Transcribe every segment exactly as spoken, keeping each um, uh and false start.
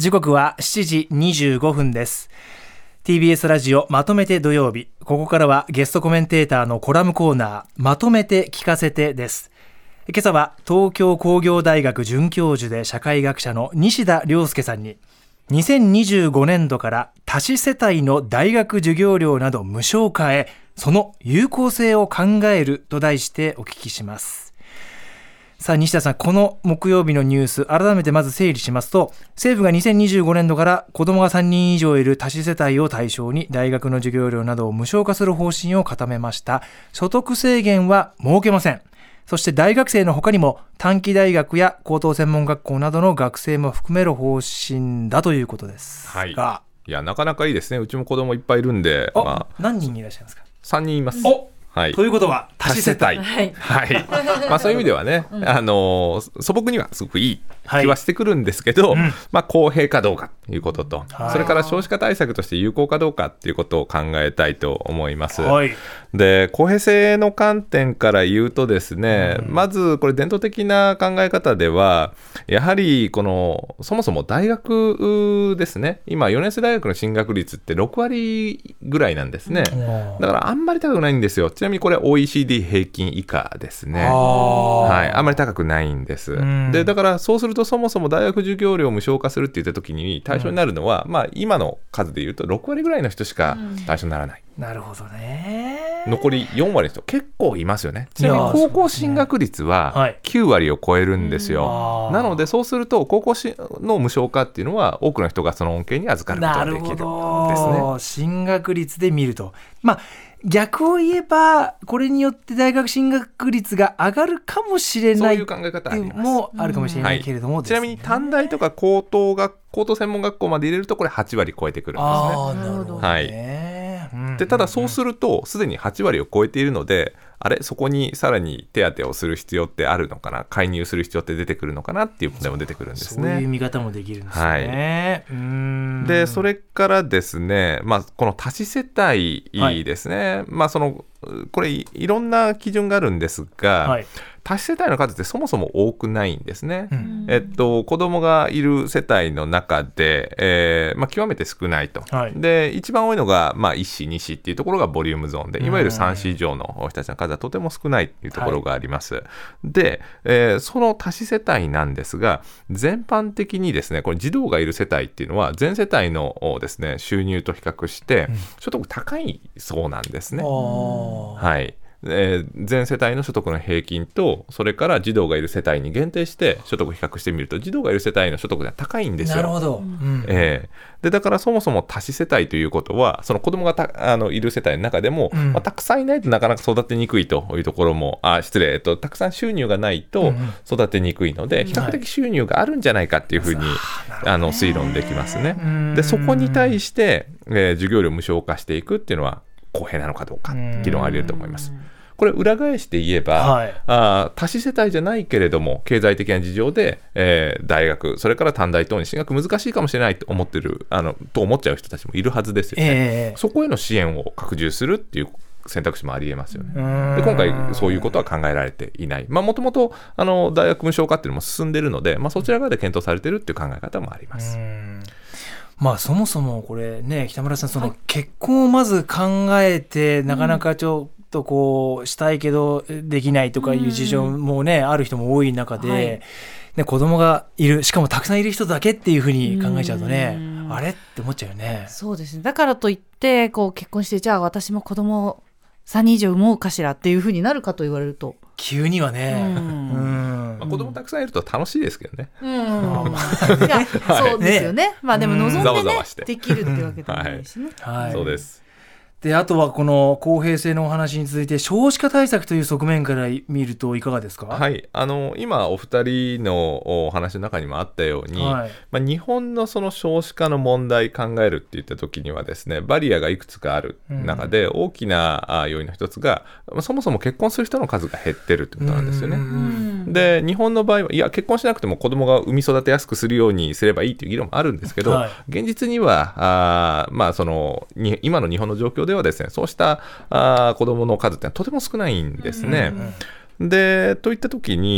時刻はしちじにじゅうごふんです。 ティービーエス ラジオまとめて土曜日、ここからはゲストコメンテーターのコラムコーナー、まとめて聞かせてです。今朝は東京工業大学准教授で社会学者の西田亮介さんに、にせんにじゅうごねんどから多子世帯の大学授業料など無償化へ、その有効性を考えると題してお聞きします。さあ西田さん、この木曜日のニュース、改めてまず整理しますと、政府がにせんにじゅうごねんどから子どもがさんにん以上いる多子世帯を対象に大学の授業料などを無償化する方針を固めました。所得制限は設けません。そして大学生の他にも短期大学や高等専門学校などの学生も含める方針だということですが、 はい、いやなかなかいいですね。うちも子供いっぱいいるんで、 まあ、何人いらっしゃいますか？ さんにんいます。 おはい、 ということは多子世帯、 はいはいまあ、そういう意味ではね、うん、あの素朴にはすごくいい気はしてくるんですけど、はいうんまあ、公平かどうかということと、それから少子化対策として有効かどうかということを考えたいと思います。はい、で公平性の観点から言うとですね、うん、まずこれ伝統的な考え方ではやはりこのそもそも大学ですね、今よねん生大学の進学率ってろくわりぐらいなんですね。だからあんまり高くないんですよ。ちなみにこれ オーイーシーディー 平均以下ですね。あ、はい、あんまり高くないんです。でだからそうするとそもそも大学授業料を無償化するって言った時に対象になるのは、うんまあ、今の数でいうとろくわりぐらいの人しか対象にならない、 うん、なるほどね。 残りよんわりの人結構いますよね。ちなみに高校進学率はきゅうわりを超えるんですよ、うん、なのでそうすると高校の無償化っていうのは多くの人がその恩恵に預かることができるんですね。 なるほど、進学率で見ると、まあ逆を言えばこれによって大学進学率が上がるかもしれない、そういう考え方あります。もあるかもしれないけれども、 うんはい、ちなみに短大とか高等学高等専門学校まで入れるとこれはちわり超えてくるんですね。 あ、なるほどね。 はい、でただそうするとすでにはちわりを超えているので、あれそこにさらに手当をする必要ってあるのかな、介入する必要って出てくるのかなっていう問題も出てくるんですね。 そういう見方もできるんですね。はい、うーんでそれからですね、まあ、この多子世帯ですね、はいまあ、そのこれ い, いろんな基準があるんですが、はい、多子世帯の数ってそもそも多くないんですね。うんえっと、子供がいる世帯の中で、えーまあ、極めて少ないと、はい、で一番多いのが、まあ、いっ子に子っていうところがボリュームゾーンで、いわゆるさん子以上の人たちの数はとても少ないっていうところがあります。はい、で、えー、その多子世帯なんですが、全般的にですね、これ児童がいる世帯っていうのは全世帯のですね、収入と比較して所得高いそうなんですね。うんはいえー、全世帯の所得の平均と、それから児童がいる世帯に限定して所得を比較してみると、児童がいる世帯の所得が高いんですよ。 なるほど、うんえー、でだからそもそも多子世帯ということは、その子供がたあのいる世帯の中でも、うんまあ、たくさんいないとなかなか育てにくいというところもあ失礼、えっと、たくさん収入がないと育てにくいので、うん、比較的収入があるんじゃないかっていうふうに、はい、あの推論できますね。でそこに対して、えー、授業料無償化していくっていうのは公平なのかどうか議論あり得ると思います。これ裏返して言えば、はい、あ多子世帯じゃないけれども経済的な事情で、えー、大学それから短大等に進学難しいかもしれないと思ってるあのと思っちゃう人たちもいるはずですよね。えー、そこへの支援を拡充するっていう選択肢もありえますよね。で今回そういうことは考えられていない。もともと大学無償化っていうのも進んでいるので、まあ、そちら側で検討されているっていう考え方もあります。 うんまあ、そもそもこれね、北村さん、その結婚をまず考えて、はい、なかなかちょっとこうしたいけどできないとかいう事情もね、うん、ある人も多い中で、はいね、子供がいる、しかもたくさんいる人だけっていうふうに考えちゃうとね、あれって思っちゃうよね。 そうですね。だからといってこう結婚して、じゃあ私も子供さんにん以上産もうかしらっていうふうになるかと言われると急にはね、うんうんまあ、子供たくさんいると楽しいですけどね。うん、いやそうですよね。ねまあ、でも望んで、ね、ざわざわしてできるってわけでもないしね。 はいはい、そうです。 であとはこの公平性のお話に続いて少子化対策という側面から見るといかがですか？ はい、あの今お二人のお話の中にもあったように、はいまあ、日本のその少子化の問題考えるっていった時にはですね、バリアがいくつかある中で、大きな要因の一つが、うん、そもそも結婚する人の数が減ってるってことなんですよね。で日本の場合はいや結婚しなくても子供が産み育てやすくするようにすればいいという議論もあるんですけど、はい、現実にはあ、まあ、そのに今の日本の状況ではですね、そうしたあ子どもの数ってとても少ないんですね。うんうん、でといった時に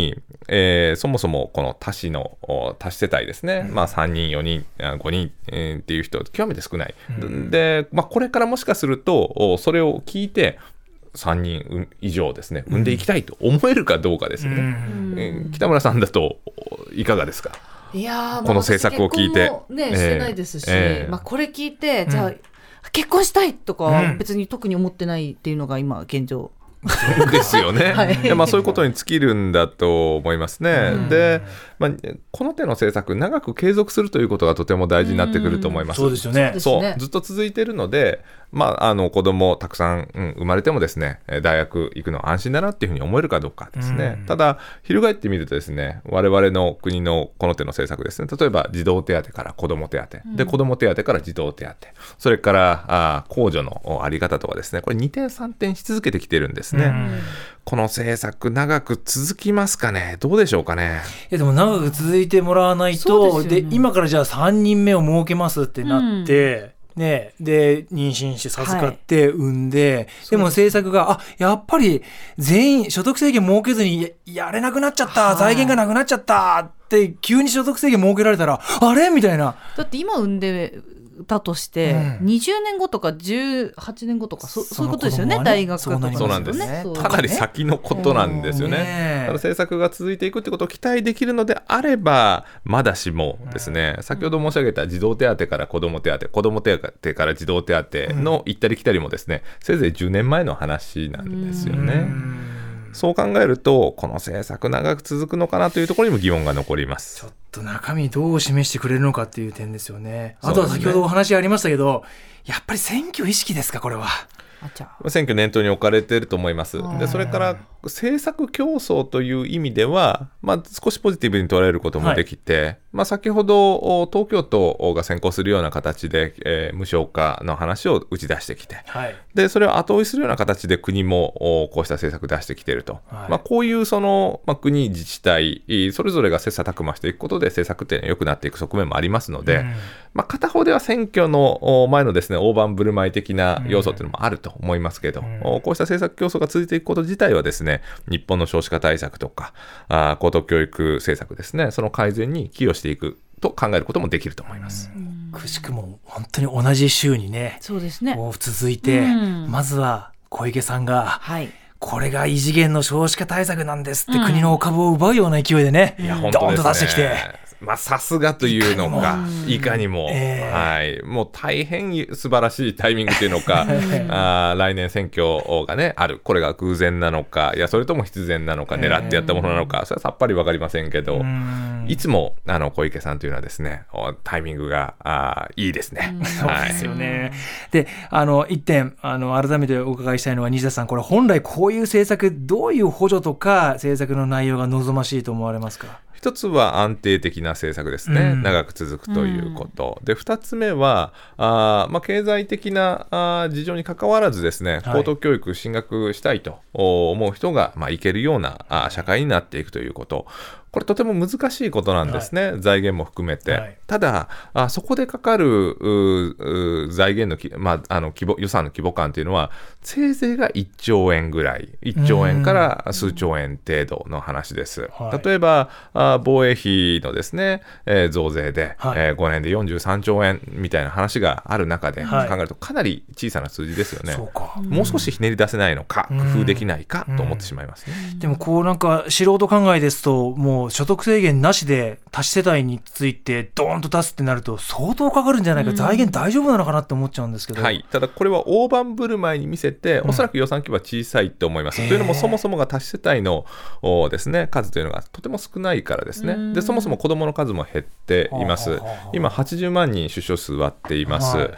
えー、そもそもこの多子の多子世帯ですね、まあ、さんにんよにんごにん、えー、っていう人極めて少ない、うん、で、まあ、これからもしかするとそれを聞いてさんにん以上ですね産んでいきたいと思えるかどうかですよね、うんえー、北村さんだといかがですか。 いやこの政策を聞いて、 ね、してないですし、 えーまあ、 これ聞いてじゃあ、うん、結婚したいとか別に特に思ってないっていうのが今現状ですよね、 はいいやまあ、そういうことに尽きるんだと思いますね、うん、で、まあ、この手の政策長く継続するということがとても大事になってくると思います。 そうですよね。 そうずっと続いているので、まあ、あの子供たくさん、うん、生まれてもですね大学行くのは安心だなっていうふうに思えるかどうかですね、うん、ただ翻ってみるとですね我々の国のこの手の政策ですね、例えば児童手当から子供手当、うん、で子供手当から児童手当、それからあ控除のあり方とかですね、これにてんさんてんし続けてきてるんですね、うん、この政策長く続きますかね、どうでしょうかね。 いやでも長く続いてもらわないと、で、ね、で今からじゃあさんにんめを設けますってなって、うんね、で妊娠して授かって産んで、はい、でも政策があやっぱり全員所得制限設けずに や, やれなくなっちゃった、はい、財源がなくなっちゃったって急に所得制限設けられたらあれみたいな。 だって今産んでたとして、うん、にじゅうねんごとかじゅうはちねんごとか そ, そういうことですよね、大学とか、 そうなんですね、かなり先のことなんですよね。ね政策が続いていくってことを期待できるのであればまだしもですね、うん、先ほど申し上げた児童手当から子ども手当、子ども手当から児童手当の行ったり来たりもですね、せいぜいじゅうねんまえの話なんですよね。うんそう考えるとこの政策長く続くのかなというところにも疑問が残ります。 ちょっと中身どう示してくれるのかっていう点ですよね。あとは先ほどお話ありましたけど、やっぱり選挙意識ですか、これは。 選挙念頭に置かれていると思います。でそれから政策競争という意味では、まあ、少しポジティブに捉えることもできて、はいまあ、先ほど東京都が先行するような形で、えー、無償化の話を打ち出してきて、はい、でそれを後追いするような形で国もこうした政策出してきていると、はいまあ、こういうその、まあ、国自治体それぞれが切磋琢磨していくことで政策っていうのは良くなっていく側面もありますので、うんまあ、片方では選挙の前のですね大盤振る舞い的な要素っていうのもあると思いますけど、うん、こうした政策競争が続いていくこと自体はですね日本の少子化対策とかあ高等教育政策ですね、その改善に寄与していくと考えることもできると思います。 くしくも本当に同じ週にね、 そうですね、 こう続いて、うん、まずは小池さんが、はい、これが異次元の少子化対策なんですって、うん、国のお株を奪うような勢いでね、いやドーンと出してきて、 まあ、さすがというのかいかにも、えーはい、もう大変素晴らしいタイミングというのかあ来年選挙が、ね、ある、これが偶然なのか、いやそれとも必然なのか、狙ってやったものなのか、それはさっぱり分かりませんけど、いつもあの小池さんというのはですねタイミングがあいいですね。 そうですよね。であの一点あの改めてお伺いしたいのは、西田さん、これ本来こういう政策、どういう補助とか政策の内容が望ましいと思われますか。 一つは安定的な政策ですね、うん、長く続くということ、うん、で二つ目はあ、まあ、経済的なあ事情に関わらずですね、高等教育進学したいと思う人が、まあ、いけるようなあ社会になっていくということ、これとても難しいことなんですね、はい、財源も含めて、はい、ただあそこでかかる財源のき、まあ、あの規模予算の規模感というのはせいぜいがいっちょうえんぐらい、いっちょうえんから数兆円程度の話です、はい、例えばあ防衛費のですね、えー、増税で、はいえー、ごねんでよんじゅうさんちょうえんみたいな話がある中で考えるとかなり小さな数字ですよね、はい、そうか、もう少しひねり出せないのか工夫できないかと思ってしまいますね。 でもこうなんか素人考えですと、もう所得制限なしで多子世帯についてドーンと出すってなると相当かかるんじゃないか、財源大丈夫なのかなって思っちゃうんですけど、 はい、ただこれは大盤振る舞いに見せて、おそらく予算規模は小さいと思います、うん、というのもそもそもが多子世帯のですね、数というのがとても少ないからですね。でそもそも子どもの数も減っています。今はちじゅうまんにん出生数割っています、はい、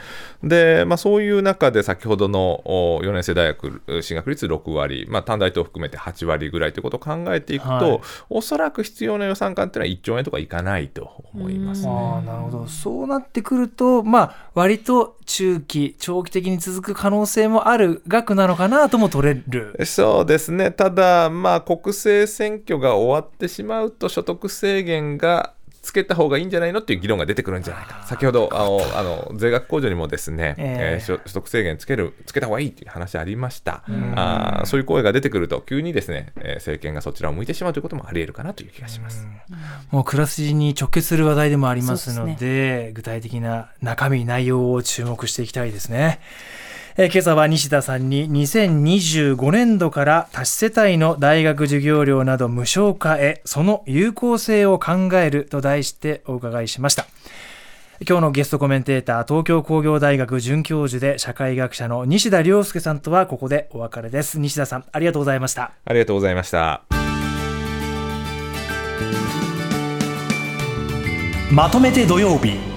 で、まあ、そういう中で先ほどのよねん生大学進学率ろくわり、まあ、短大等含めてはちわりぐらいということを考えていくと、はい、おそらく必要な予算感というのはいっちょうえんとかいかないと思います、ね、 あなるほど。そうなってくると、まあ、割と中期長期的に続く可能性もある額なのかなとも取れる。 そうですね。ただ、まあ、国政選挙が終わってしまうと所得制限がつけた方がいいんじゃないのっていう議論が出てくるんじゃないか。先ほどあのあの税額控除にもですね、えー、所得制限つけるつけた方がいいという話ありました。あそういう声が出てくると急にですね、えー、政権がそちらを向いてしまうということもあり得るかなという気がします。 もう暮らしに直結する話題でもありますの で, で、ね、具体的な中身内容を注目していきたいですね。えー、今朝は西田さんににせんにじゅうごねんどから多子世帯の大学授業料など無償化へ、その有効性を考えると題してお伺いしました。今日のゲストコメンテーター、東京工業大学准教授で社会学者の西田亮介さんとはここでお別れです。西田さん、ありがとうございました。 ありがとうございました。 まとめて土曜日。